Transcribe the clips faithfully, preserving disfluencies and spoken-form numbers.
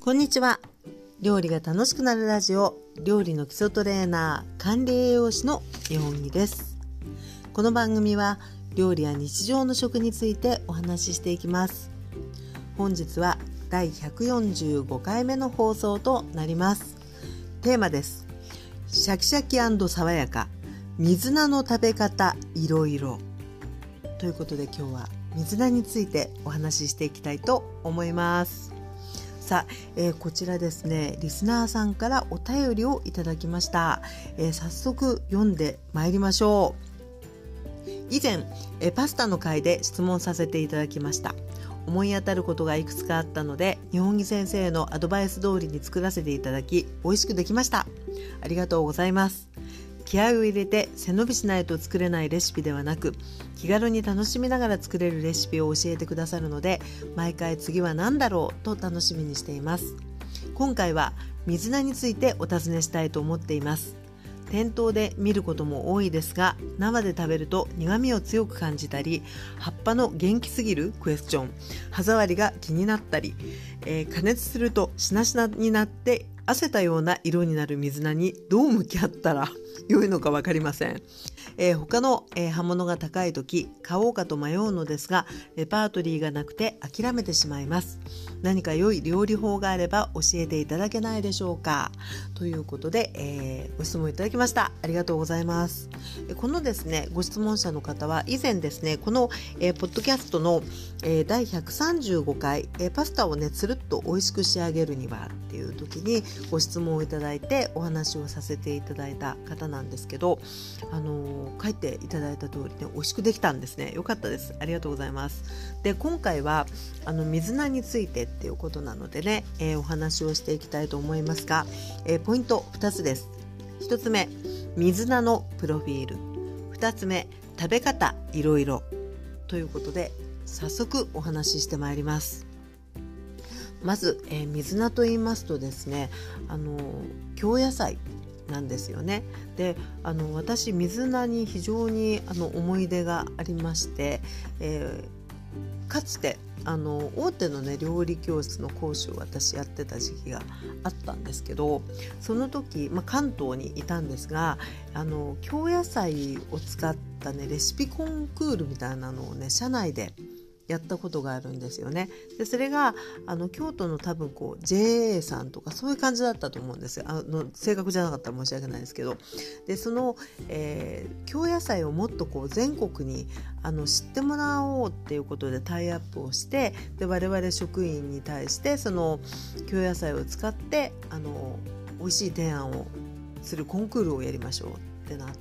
こんにちは。料理が楽しくなるラジオ、料理の基礎トレーナー、管理栄養士の日本木です。この番組は料理や日常の食についてお話ししていきます。本日はだいひゃくよんじゅうごかいめの放送となります。テーマです。シャキシャキ&爽やか、水菜の食べ方いろいろということで、今日は水菜についてお話ししていきたいと思います。さあ、えー、こちらですね、リスナーさんからお便りをいただきました。えー、早速読んでまいりましょう。以前、えー、パスタの回で質問させていただきました。思い当たることがいくつかあったので、日本木先生のアドバイス通りに作らせていただき、美味しくできました。ありがとうございます。気合を入れて背伸びしないと作れないレシピではなく、気軽に楽しみながら作れるレシピを教えてくださるので、毎回次は何だろうと楽しみにしています。今回は水菜についてお尋ねしたいと思っています。店頭で見ることも多いですが、生で食べると苦味を強く感じたり、葉っぱの元気すぎるクエスチョン、歯触りが気になったり、えー、加熱するとしなしなになって汗たような色になる水菜にどう向き合ったら良いのか分かりません。えー、他の、えー、葉物が高い時買おうかと迷うのですが、レパートリーがなくて諦めてしまいます。何か良い料理法があれば教えていただけないでしょうか、ということで、えー、ご質問いただきました。ありがとうございます。このですね、ご質問者の方は以前ですね、この、えー、ポッドキャストの、えー、だいひゃくさんじゅうごかい、えー、パスタをねつるっと美味しく仕上げるにはっていう時にご質問をいただいてお話をさせていただいた方なんですけど、あのー、書いていただいた通りね、美味しくできたんですね。よかったです。ありがとうございます。で、今回はあの水菜についてっていうことなのでね、えー、お話をしていきたいと思いますが、えー、ポイントふたつです。ひとつめ、水菜のプロフィール。ふたつめ、食べ方いろいろということで、早速お話ししてまいります。まず、えー、水菜と言いますとですね、あの京野菜なんですよね。で、あの私水菜に非常にあの思い出がありまして、えー、かつてあの大手のね料理教室の講師を私やってた時期があったんですけど、その時、まあ、関東にいたんですが、あの京野菜を使ったねレシピコンクールみたいなのをね社内でやったことがあるんですよね。で、それがあの京都の多分こう ジェーエー さんとかそういう感じだったと思うんですよ。あの正確じゃなかったら申し訳ないですけど、でその、えー、京野菜をもっとこう全国にあの知ってもらおうっていうことでタイアップをして、で我々職員に対してその京野菜を使ってあの美味しい提案をするコンクールをやりましょうってなって、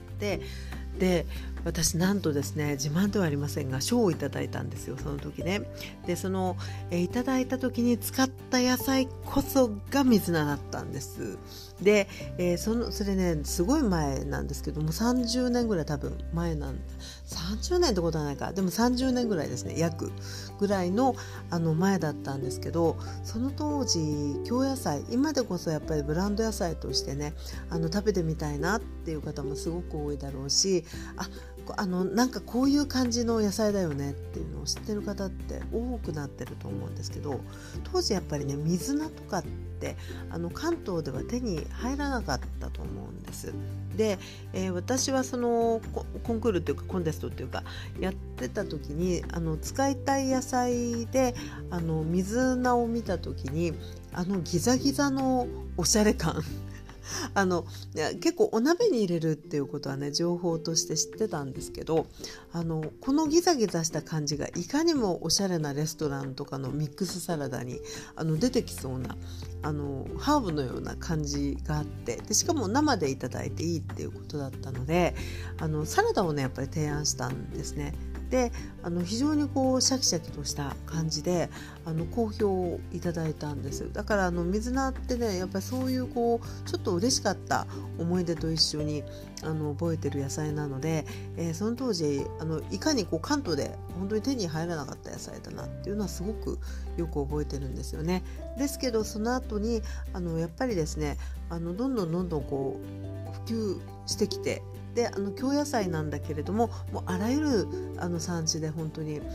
で私なんとですね、自慢ではありませんが賞をいただいたんですよ、その時ね。でその、えー、いただいた時に使った野菜こそが水菜だったんです。で、えー、そのそれねすごい前なんですけども、さんじゅうねんぐらい多分前なんさんじゅうねんってことはないか、でもさんじゅうねんぐらいですね、約ぐらいのあの前だったんですけど、その当時京野菜、今でこそやっぱりブランド野菜としてね、あの食べてみたいなっていう方もすごく多いだろうし、ああのなんかこういう感じの野菜だよねっていうのを知ってる方って多くなってると思うんですけど、当時やっぱりね水菜とかってあの関東では手に入らなかったと思うんです。で、えー、私はそのコンクールっていうかコンテストっていうかやってた時に、あの使いたい野菜であの水菜を見た時に、あのギザギザのおしゃれ感あの結構お鍋に入れるっていうことはね情報として知ってたんですけど、あのこのギザギザした感じがいかにもおしゃれなレストランとかのミックスサラダにあの出てきそうなあのハーブのような感じがあって、でしかも生でいただいていいっていうことだったので、あのサラダをねやっぱり提案したんですね。であの非常にこうシャキシャキとした感じであの好評をいただいたんです。だからあの水菜ってね、やっぱりそういうこうちょっと嬉しかった思い出と一緒にあの覚えてる野菜なので、えー、その当時あのいかにこう関東で本当に手に入らなかった野菜だなっていうのはすごくよく覚えてるんですよね。ですけどその後にあのやっぱりですね、あのどんどんどんどんこう普及してきて、であの京野菜なんだけれども、もうあらゆるあの産地で本当に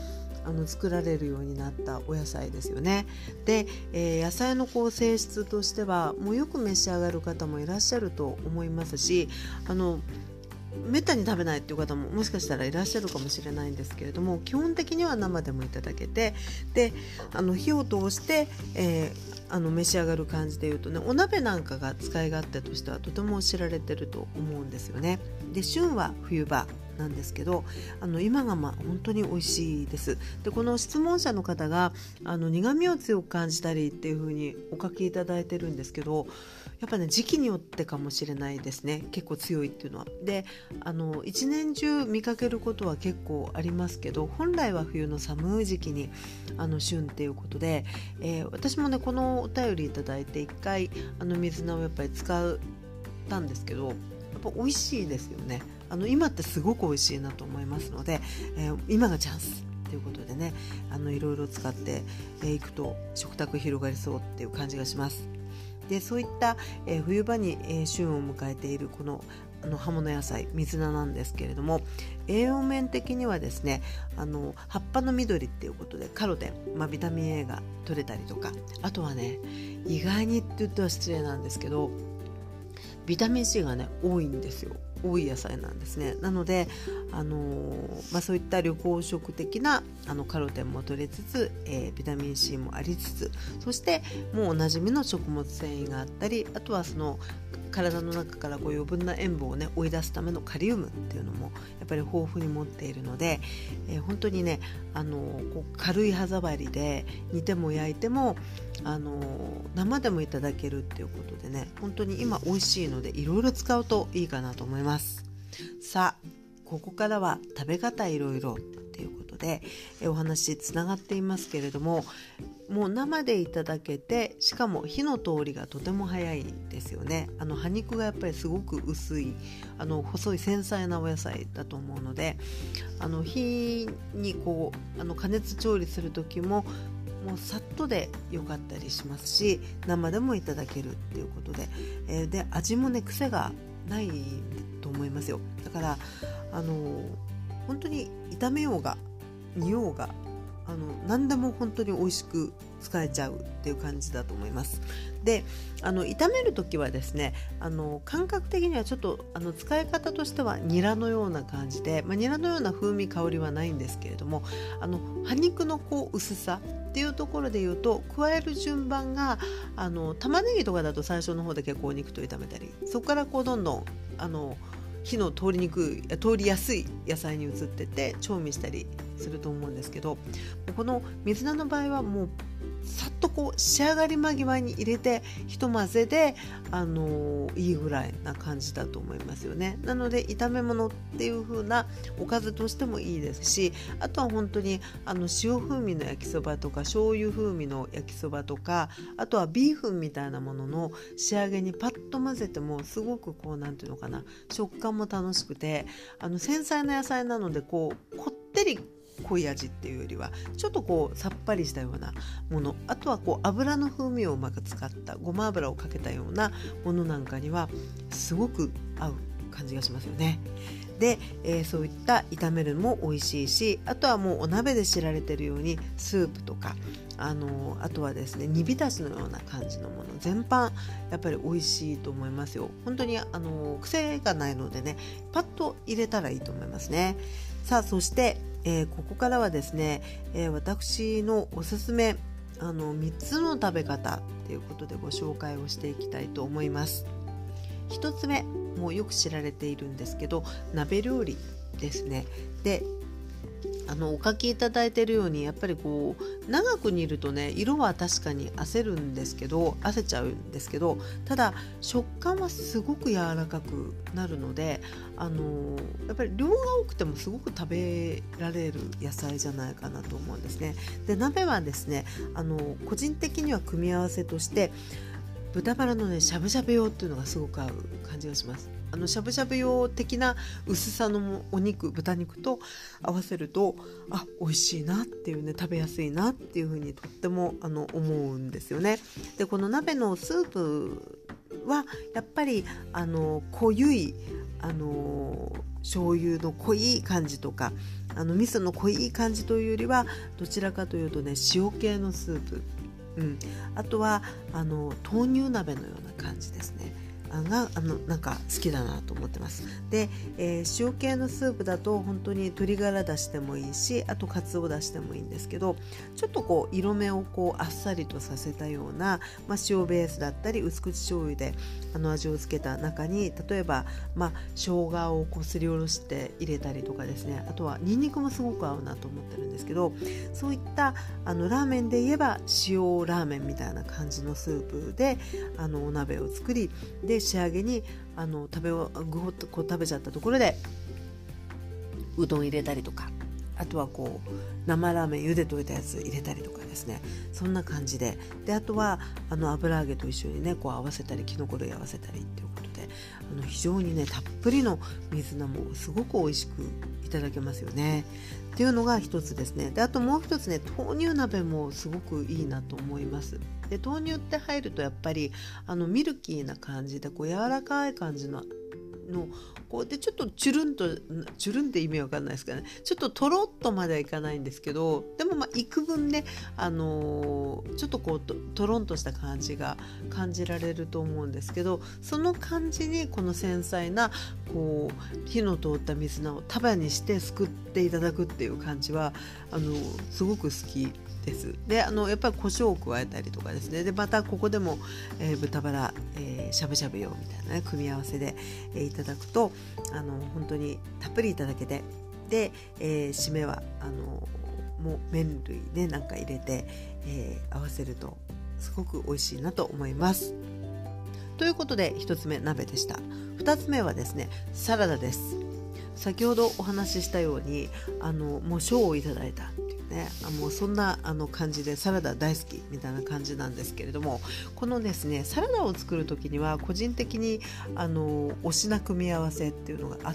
あの作られるようになったお野菜ですよね。で、えー、野菜のこう性質としてはもうよく召し上がる方もいらっしゃると思いますし、あのめったに食べないっていう方ももしかしたらいらっしゃるかもしれないんですけれども、基本的には生でもいただけて、であの火を通して、えーあの召し上がる感じでいうとね、お鍋なんかが使い勝手としてはとても知られてると思うんですよね。で旬は冬場なんですけど、あの今がまあ本当に美味しいです。でこの質問者の方があの苦味を強く感じたりっていう風にお書きいただいてるんですけど、やっぱね時期によってかもしれないですね、結構強いっていうのは。であの一年中見かけることは結構ありますけど、本来は冬の寒い時期にあの旬っていうことで、えー、私もねこのお便りいただいて一回あの水菜をやっぱり使ったんですけど、やっぱ美味しいですよね。あの今ってすごく美味しいなと思いますので、えー、今がチャンスということでね、あのいろいろ使ってい、えー、くと食卓広がりそうっていう感じがします。でそういった、えー、冬場に、えー、旬を迎えているこのあの葉物野菜水菜なんですけれども、栄養面的にはですね、あの葉っぱの緑っていうことでカロテン、まあ、ビタミン A が取れたりとか、あとはね意外にって言っては失礼なんですけどビタミン C がね多いんですよ。多い野菜なんですね。なので、あのーまあ、そういった緑黄色的なあのカロテンも取れつつ、えー、ビタミン C もありつつ、そしてもうおなじみの食物繊維があったり、あとはその体の中からこう余分な塩分をね追い出すためのカリウムっていうのもやっぱり豊富に持っているので、えー、本当にね、あのー、こう軽い歯触りで煮ても焼いても、あのー、生でもいただけるっていうことでね、本当に今美味しいのでいろいろ使うといいかなと思います。さあここからは食べ方いろいろっていうことでえお話つながっていますけれども、もう生でいただけて、しかも火の通りがとても早いですよね。あの葉肉がやっぱりすごく薄い、あの細い繊細なお野菜だと思うので、あの火にこうあの加熱調理する時ももうさっとでよかったりしますし、生でもいただけるっていうことで、えー、で味もね癖がないと思いますよ。だからあのー、本当に炒めようが煮ようがあの何でも本当に美味しく使えちゃうっていう感じだと思います。であの炒めるときはですね、あの感覚的にはちょっとあの使い方としてはニラのような感じで、まあ、ニラのような風味香りはないんですけれども、あの葉肉のこう薄さっていうところで言うと、加える順番があの玉ねぎとかだと最初の方で結構お肉と炒めたり、そこからこうどんどんあの火の通りにくい通りやすい野菜に移ってって調味したりすると思うんですけど、この水菜の場合はもうさっとこう仕上がり間際に入れてひと混ぜで、あのー、いいぐらいな感じだと思いますよね。なので炒め物っていう風なおかずとしてもいいですし、あとは本当にあの塩風味の焼きそばとか醤油風味の焼きそばとか、あとはビーフンみたいなものの仕上げにパッと混ぜてもすごくこうなんていうのかな、食感も楽しくて、あの繊細な野菜なのでこうこってり濃い味っていうよりはちょっとこうさっぱりしたようなもの、あとはこう油の風味をうまく使ったごま油をかけたようなものなんかにはすごく合う感じがしますよね。で、えー、そういった炒めるのも美味しいし、あとはもうお鍋で知られているようにスープとか、あのー、あとはですね煮浸しのような感じのもの全般やっぱり美味しいと思いますよ。本当に、あのー、癖がないのでね、パッと入れたらいいと思いますね。さあそして、えー、ここからはですね、えー、私のおすすめあのみっつの食べ方ということでご紹介をしていきたいと思います。ひとつめ、もうよく知られているんですけど、鍋料理ですね。であのお書きいただいているようにやっぱりこう長く煮るとね、色は確かに焦るんですけど焦っちゃうんですけど、ただ食感はすごく柔らかくなるので、あのやっぱり量が多くてもすごく食べられる野菜じゃないかなと思うんですね。で鍋はですね、あの個人的には組み合わせとして豚バラのねしゃぶしゃぶ用っていうのがすごく合う感じがします。あのしゃぶしゃぶ用的な薄さのお肉、豚肉と合わせるとあ美味しいなっていうね、食べやすいなっていうふうにとってもあの思うんですよね。でこの鍋のスープはやっぱりあの濃ゆいあの醤油の濃い感じとかあの味噌の濃い感じというよりはどちらかというとね塩系のスープ、うん、あとはあの豆乳鍋のような感じですねがあのなんか好きだなと思ってます。で、えー、塩系のスープだと本当に鶏ガラ出してもいいし、あとカツオ出してもいいんですけど、ちょっとこう色目をこうあっさりとさせたような、まあ、塩ベースだったり薄口醤油であの味をつけた中に例えば、まあ、生姜をこうすりおろして入れたりとかですね、あとはニンニクもすごく合うなと思ってるんですけど、そういったあのラーメンで言えば塩ラーメンみたいな感じのスープであのお鍋を作り、で仕上げにあの食べをぐほっとこう食べちゃったところでうどん入れたりとか、あとはこう生ラーメン茹でといたやつ入れたりとかですね、そんな感じで、であとはあの油揚げと一緒にねこう合わせたりきのこ類合わせたりっていうことで、あの非常にねたっぷりの水菜もすごく美味しくいただけますよねっていうのが一つですね。であともう一つね、豆乳鍋もすごくいいなと思います。で豆乳って入るとやっぱりあのミルキーな感じでこう柔らかい感じののこうでちょっとチュルンとチュルンって意味わかんないですかね、ちょっととろっとまではいかないんですけど、でもまあ幾分ね、あのー、ちょっとこう と, とろんとした感じが感じられると思うんですけど、その感じにこの繊細なこう火の通った水菜を束にしてすくっていただくっていう感じはあのすごく好きです。であのやっぱり胡椒を加えたりとかですね、でまたここでも、えー、豚バラ、えー、しゃぶしゃぶ用みたいな、ね、組み合わせで、えー、いただくとあの本当にたっぷりいただけて、で、えー、締めはあのもう麺類ねなんか入れて、えー、合わせるとすごく美味しいなと思います。ということでひとつめ鍋でした。ふたつめはですねサラダです。先ほどお話ししたようにあのもう賞をいただいたね、あもうそんなあの感じでサラダ大好きみたいな感じなんですけれども、このですねサラダを作る時には個人的にあの推しな組み合わせっていうのがあって、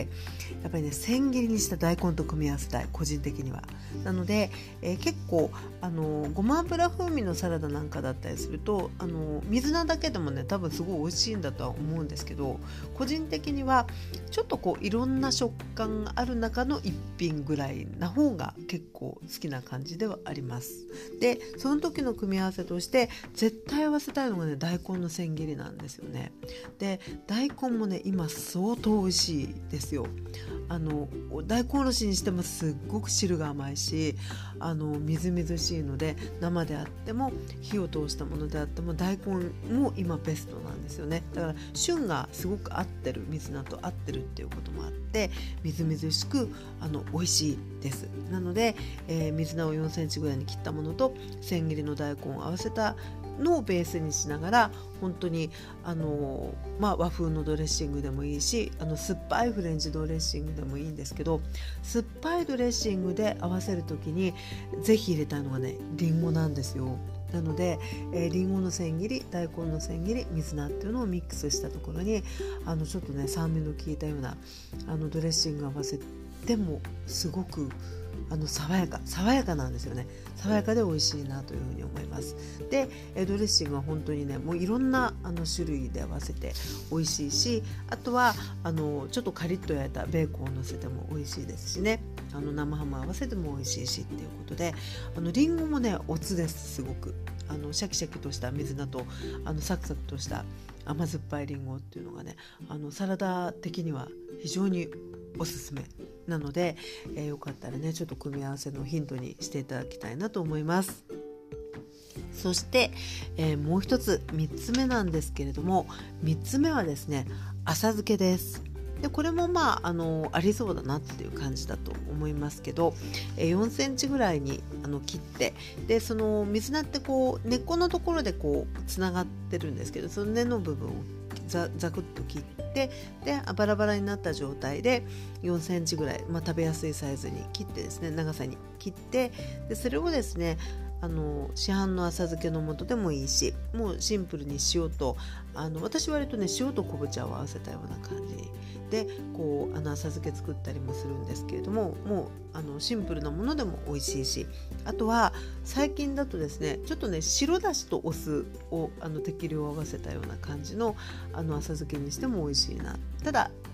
やっぱりね千切りにした大根と組み合わせたい個人的には。なので、えー、結構あのごま油風味のサラダなんかだったりするとあの水菜だけでもね多分すごい美味しいんだとは思うんですけど、個人的にはちょっとこういろんな食感がある中の一品ぐらいな方が結構好きな感じではあります。でその時の組み合わせとして絶対合わせたいのがね大根の千切りなんですよね。で大根もね今相当美味しいですよ。あの大根おろしにしてもすっごく汁が甘いし、あのみずみずしいので生であっても火を通したものであっても大根も今ベストなんですよね。だから旬がすごく合ってる、水菜と合ってるっていうこともあってみずみずしくあの美味しいです。なので、えー、水菜をよんセンチぐらいに切ったものと千切りの大根を合わせたのをベースにしながら、本当にあの、まあ、和風のドレッシングでもいいし、あの酸っぱいフレンチドレッシングでもいいんですけど、酸っぱいドレッシングで合わせる時にぜひ入れたいのがねリンゴなんですよ。なので、えー、リンゴの千切り、大根の千切り、水菜っていうのをミックスしたところにあのちょっとね酸味の効いたようなあのドレッシングを合わせてもすごくあの爽やか爽やかなんですよね。爽やかで美味しいなというふうに思います。でドレッシングは本当にねもういろんなあの種類で合わせて美味しいし、あとはあのちょっとカリッと焼いたベーコンを乗せても美味しいですしね、あの生ハム合わせても美味しいしっていうことで、あのリンゴもねおつです。すごくあのシャキシャキとした水菜とあのサクサクとした甘酸っぱいリンゴっていうのがね、あのサラダ的には非常におすすめなので、えー、よかったらねちょっと組み合わせのヒントにしていただきたいなと思います。そして、えー、もう一つみっつめなんですけれども、みっつめはですね浅漬けです。でこれもまあ あのありそうだなっていう感じだと思いますけど、えー、よんセンチぐらいにあの切って、でその水菜ってこう根っこのところでこうつながってるんですけど、その根の部分をざざくっと切って、でバラバラになった状態でよんセンチぐらい、まあ、食べやすいサイズに切ってですね、長さに切って、でそれをですねあの市販の浅漬けの素でもいいし、もうシンプルに塩とあの私割とね塩と昆布茶を合わせたような感じでこうあの浅漬け作ったりもするんですけれども、もうあのシンプルなものでも美味しいし、あとは最近だとですねちょっとね白だしとお酢をあの適量合わせたような感じのあの浅漬けにしても美味しいな。ただ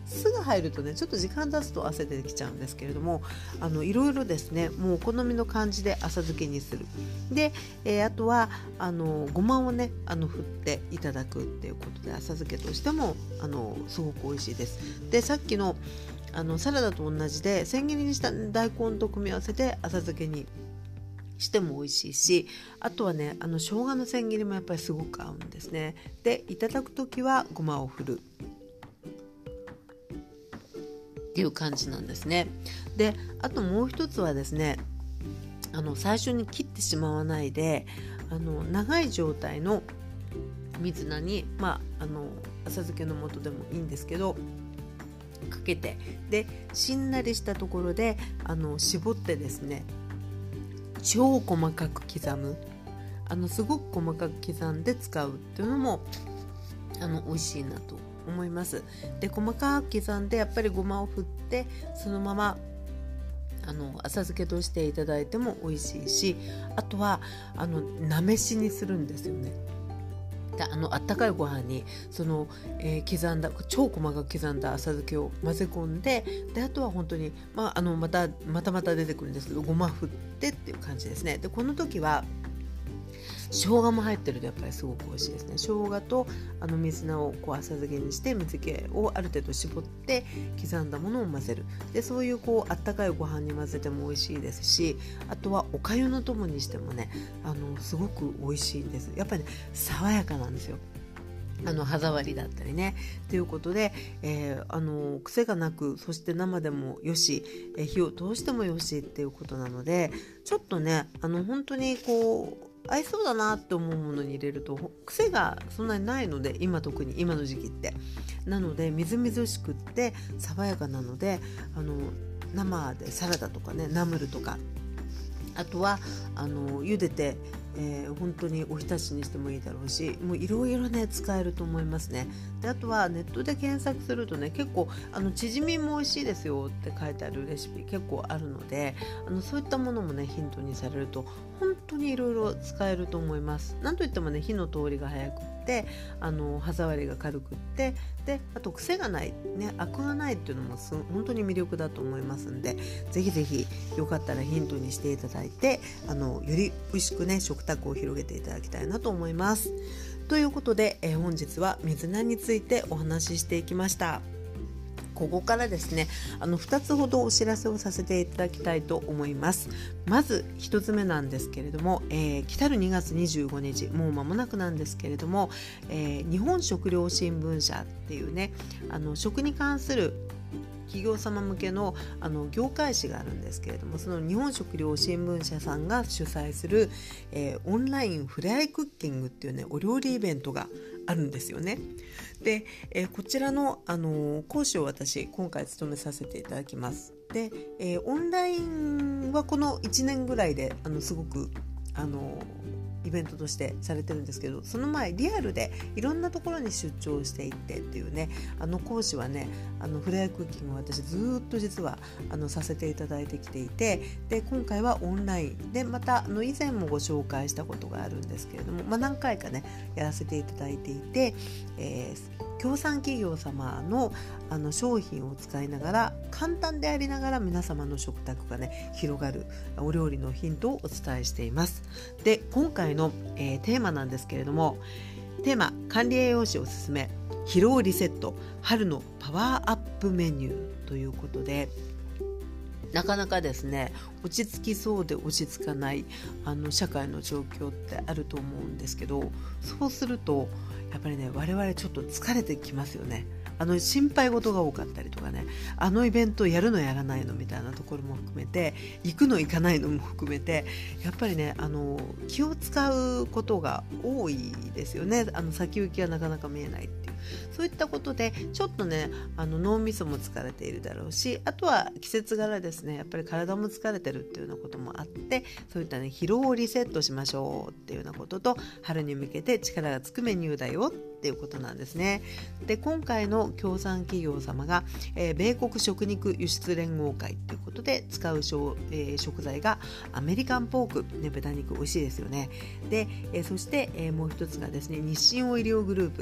酢が入るとねちょっと時間経つと汗出てきちゃうんですけれども、あのいろいろですねもうお好みの感じで浅漬けにする。で、えー、あとはあのごまをねあの振っていただくっていうことで浅漬けとしてもあのすごく美味しいです。でさっきのあのサラダと同じで千切りにした大根と組み合わせて浅漬けにしても美味しいし、あとはねあの生姜の千切りもやっぱりすごく合うんですね。でいただくときはごまを振るっていう感じなんですね。であともう一つはですね、あの最初に切ってしまわないで、あの長い状態の水菜に、まあ、あの浅漬けの素でもいいんですけどかけて、でしんなりしたところであの絞ってですね超細かく刻む、あのすごく細かく刻んで使うっていうのもあの美味しいなと思います。で細かく刻んでやっぱりごまを振ってそのままあの浅漬けとしていただいても美味しいし、あとはあのなめしにするんですよね。であのあったかいご飯にその、えー、刻んだ超細かく刻んだ浅漬けを混ぜ込んで、であとは本当に、まあ、あのまたまたまた出てくるんですけどごま振ってっていう感じですね。でこの時は生姜も入ってるとやっぱりすごく美味しいですね。生姜とあの水菜をこう浅漬けにして水気をある程度絞って刻んだものを混ぜる。でそういうこうあったかいご飯に混ぜても美味しいですし、あとはおかゆの友にしてもねあのすごく美味しいんです。やっぱりね爽やかなんですよ。あの歯触りだったりねということで、えー、あの癖がなく、そして生でもよし、えー、火を通してもよしっていうことなので、ちょっとねあの本当にこう合いそうだなって思うものに入れると癖がそんなにないので、今特に今の時期ってなのでみずみずしくって爽やかなので、あの生でサラダとかねナムルとか、あとはあの茹でてえー、本当におひたしにしてもいいだろうし、もういろいろね使えると思いますね。であとはネットで検索するとね結構あのチヂミも美味しいですよって書いてあるレシピ結構あるので、あのそういったものもねヒントにされると本当にいろいろ使えると思います。なんといってもね火の通りが早くってあの歯触りが軽くって、であと癖がないねアクがないっていうのもす本当に魅力だと思いますんで、ぜひぜひよかったらヒントにしていただいて、あのより美味しくね食卓を広げていただきたいなと思います。ということで、えー、本日は水菜についてお話ししていきました。ここからですねあのふたつほどお知らせをさせていただきたいと思います。まずひとつめなんですけれども、えー、来るにがつにじゅうごにち、もう間もなくなんですけれども、えー、日本食料新聞社っていうねあの食に関する企業様向け の, あの業界誌があるんですけれども、その日本食料新聞社さんが主催する、えー、オンラインふれあいクッキングっていうねお料理イベントがあるんですよね。で、えー、こちらの、あのー、講師を私今回務めさせていただきます。で、えー、オンラインはこのいちねんぐらいであのすごくあのーイベントとしてされてるんですけど、その前リアルでいろんなところに出張していってっていうねあの講師はねあのフレアクッキングを私ずっと実はあのさせていただいてきていて、で今回はオンラインでまたあの以前もご紹介したことがあるんですけれども、まあ、何回かねやらせていただいていて、えー、協賛企業様のあの商品を使いながら簡単でありながら皆様の食卓がね広がるお料理のヒントをお伝えしています。で今回の、えー、テーマなんですけれども、テーマ管理栄養士おすすめ疲労リセット春のパワーアップメニューということで、なかなかですね落ち着きそうで落ち着かないあの社会の状況ってあると思うんですけど、そうするとやっぱりね我々ちょっと疲れてきますよね。あの心配事が多かったりとかね、あのイベントやるのやらないのみたいなところも含めて、行くの行かないのも含めてやっぱりねあの気を使うことが多いですよね。あの先行きがなかなか見えないっていう、そういったことでちょっとねあの脳みそも疲れているだろうし、あとは季節柄ですねやっぱり体も疲れてるっていうようなこともあって、そういったね疲労をリセットしましょうっていうようなことと、春に向けて力がつくメニューだよっていうことなんですね。で今回の協賛企業様が、えー、米国食肉輸出連合会ということで使う、えー、食材がアメリカンポーク、ね、豚肉美味しいですよね。で、えー、そして、えー、もう一つがですね日清オイリオグループ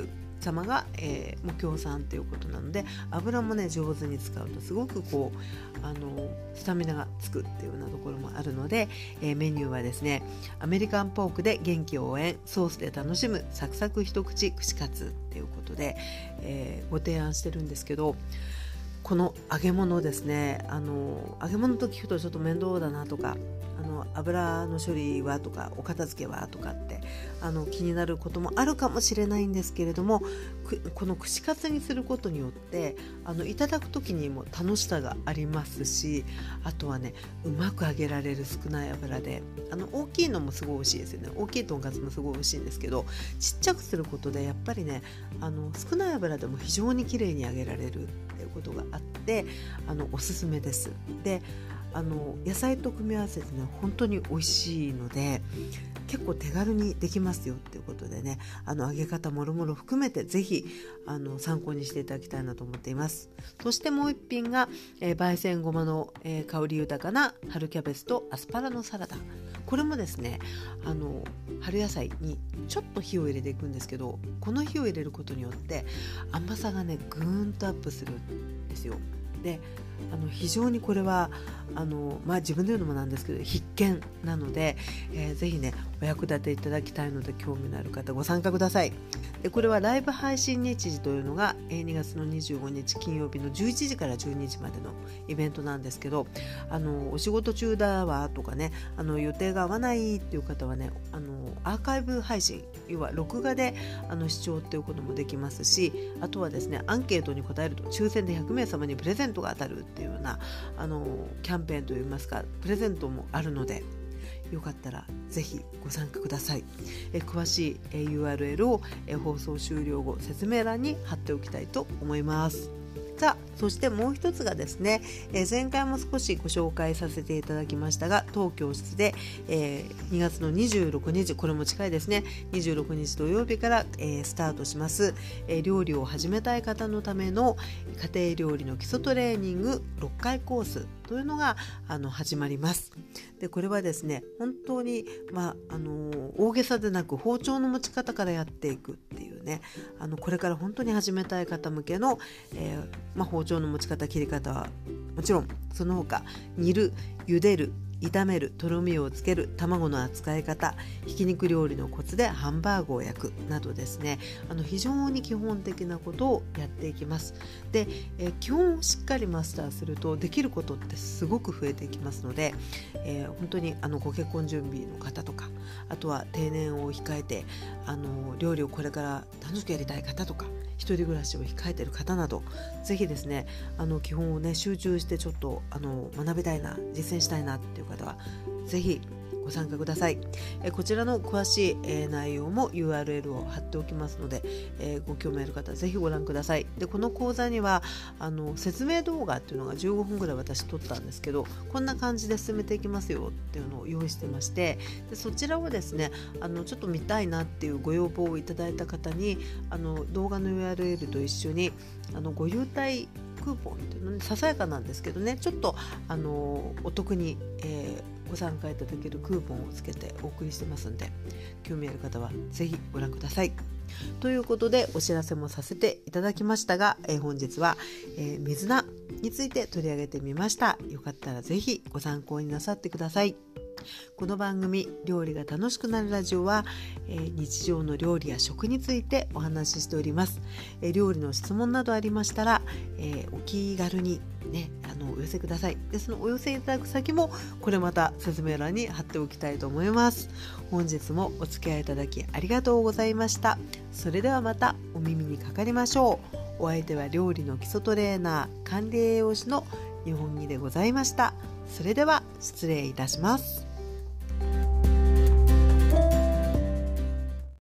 様が、えー、もう協賛ということなので、油もね上手に使うとすごくこうあのスタミナがつくっていうようなところもあるので、えー、メニューはですね、アメリカンポークで元気を応援、ソースで楽しむサクサク一口串カツっていうことで、えー、ご提案してるんですけど、この揚げ物ですね、あの揚げ物と聞くとちょっと面倒だなとか、あの油の処理はとかお片付けはとかってあの気になることもあるかもしれないんですけれども、この串カツにすることによってあのいただく時にも楽しさがありますし、あとはねうまく揚げられる少ない油で、あの大きいのもすごい美味しいですよね。大きいとんかつもすごい美味しいんですけど、ちっちゃくすることでやっぱりねあの少ない油でも非常に綺麗に揚げられるっていうことがあって、あのおすすめです。であの野菜と組み合わせてね本当に美味しいので、結構手軽にできますよっていうことでね、あの揚げ方もろもろ含めてぜひあの参考にしていただきたいなと思っています。そしてもう一品が、えー、焙煎ごまの、えー、香り豊かな春キャベツとアスパラのサラダ。これもですねあの春野菜にちょっと火を入れていくんですけど、この火を入れることによって甘さがねぐーんとアップするんですよ。であの非常にこれはあの、まあ、自分で言うのもなんですけど必見なので、えー、ぜひねお役立ていただきたいので、興味のある方ご参加ください。でこれはライブ配信日時というのがにがつのにじゅうごにち金曜日のじゅういちじからじゅうにじまでのイベントなんですけど、あのお仕事中だわとかね、あの予定が合わないっていう方はね、あのアーカイブ配信、要は録画であの視聴っていうこともできますし、あとはですねアンケートに答えると抽選でひゃくめいさまにプレゼントが当たるっていうようなあのキャンペーンといいますかプレゼントもあるので、よかったらぜひご参加ください。え詳しいえ ユーアールエル をえ放送終了後説明欄に貼っておきたいと思います。さあそしてもう一つがですね、えー、前回も少しご紹介させていただきましたが、当教室で、えー、にがつのにじゅうろくにち、これも近いですね、にじゅうろくにち土曜日から、えー、スタートします、えー、料理を始めたい方のための家庭料理の基礎トレーニングろっかいコースというのがあの始まります。でこれはですね本当に、まああのー、大げさでなく包丁の持ち方からやっていくっていうね、あのこれから本当に始めたい方向けの、えーまあ、包丁の持ち方切り方はもちろん、その他煮る、茹でる、炒める、とろみをつける、卵の扱い方、ひき肉料理のコツでハンバーグを焼くなどですね、あの非常に基本的なことをやっていきます。で、えー、基本をしっかりマスターするとできることってすごく増えていきますので、えー、本当にあのご結婚準備の方とか、あとは定年を控えてあの料理をこれから楽しくやりたい方とか、一人暮らしを控えている方など、ぜひですねあの基本をね集中してちょっとあの学びたいな、実践したいなっていう方はぜひご参加ください。えこちらの詳しい、えー、内容も ユーアールエル を貼っておきますので、えー、ご興味ある方はぜひご覧ください。でこの講座にはあの説明動画っていうのがじゅうごふんぐらい私撮ったんですけど、こんな感じで進めていきますよっていうのを用意してまして、でそちらをですねあのちょっと見たいなっていうご要望をいただいた方に、あの動画の ユーアールエル と一緒にあのご優待クーポンっていうのね、ささやかなんですけどね、ちょっとあのお得に、えーご参加いただけるクーポンをつけてお送りしてますんで、興味ある方はぜひご覧ください。ということでお知らせもさせていただきましたが、えー、本日は、えー、水菜について取り上げてみました。よかったらぜひご参考になさってください。この番組料理が楽しくなるラジオは、えー、日常の料理や食についてお話ししております。えー、料理の質問などありましたら、えー、お気軽にねあのお寄せください。でそのお寄せいただく先もこれまた説明欄に貼っておきたいと思います。本日もお付き合いいただきありがとうございました。それではまたお耳にかかりましょう。お相手は料理の基礎トレーナー管理栄養士の日本木でございました。それでは失礼いたします。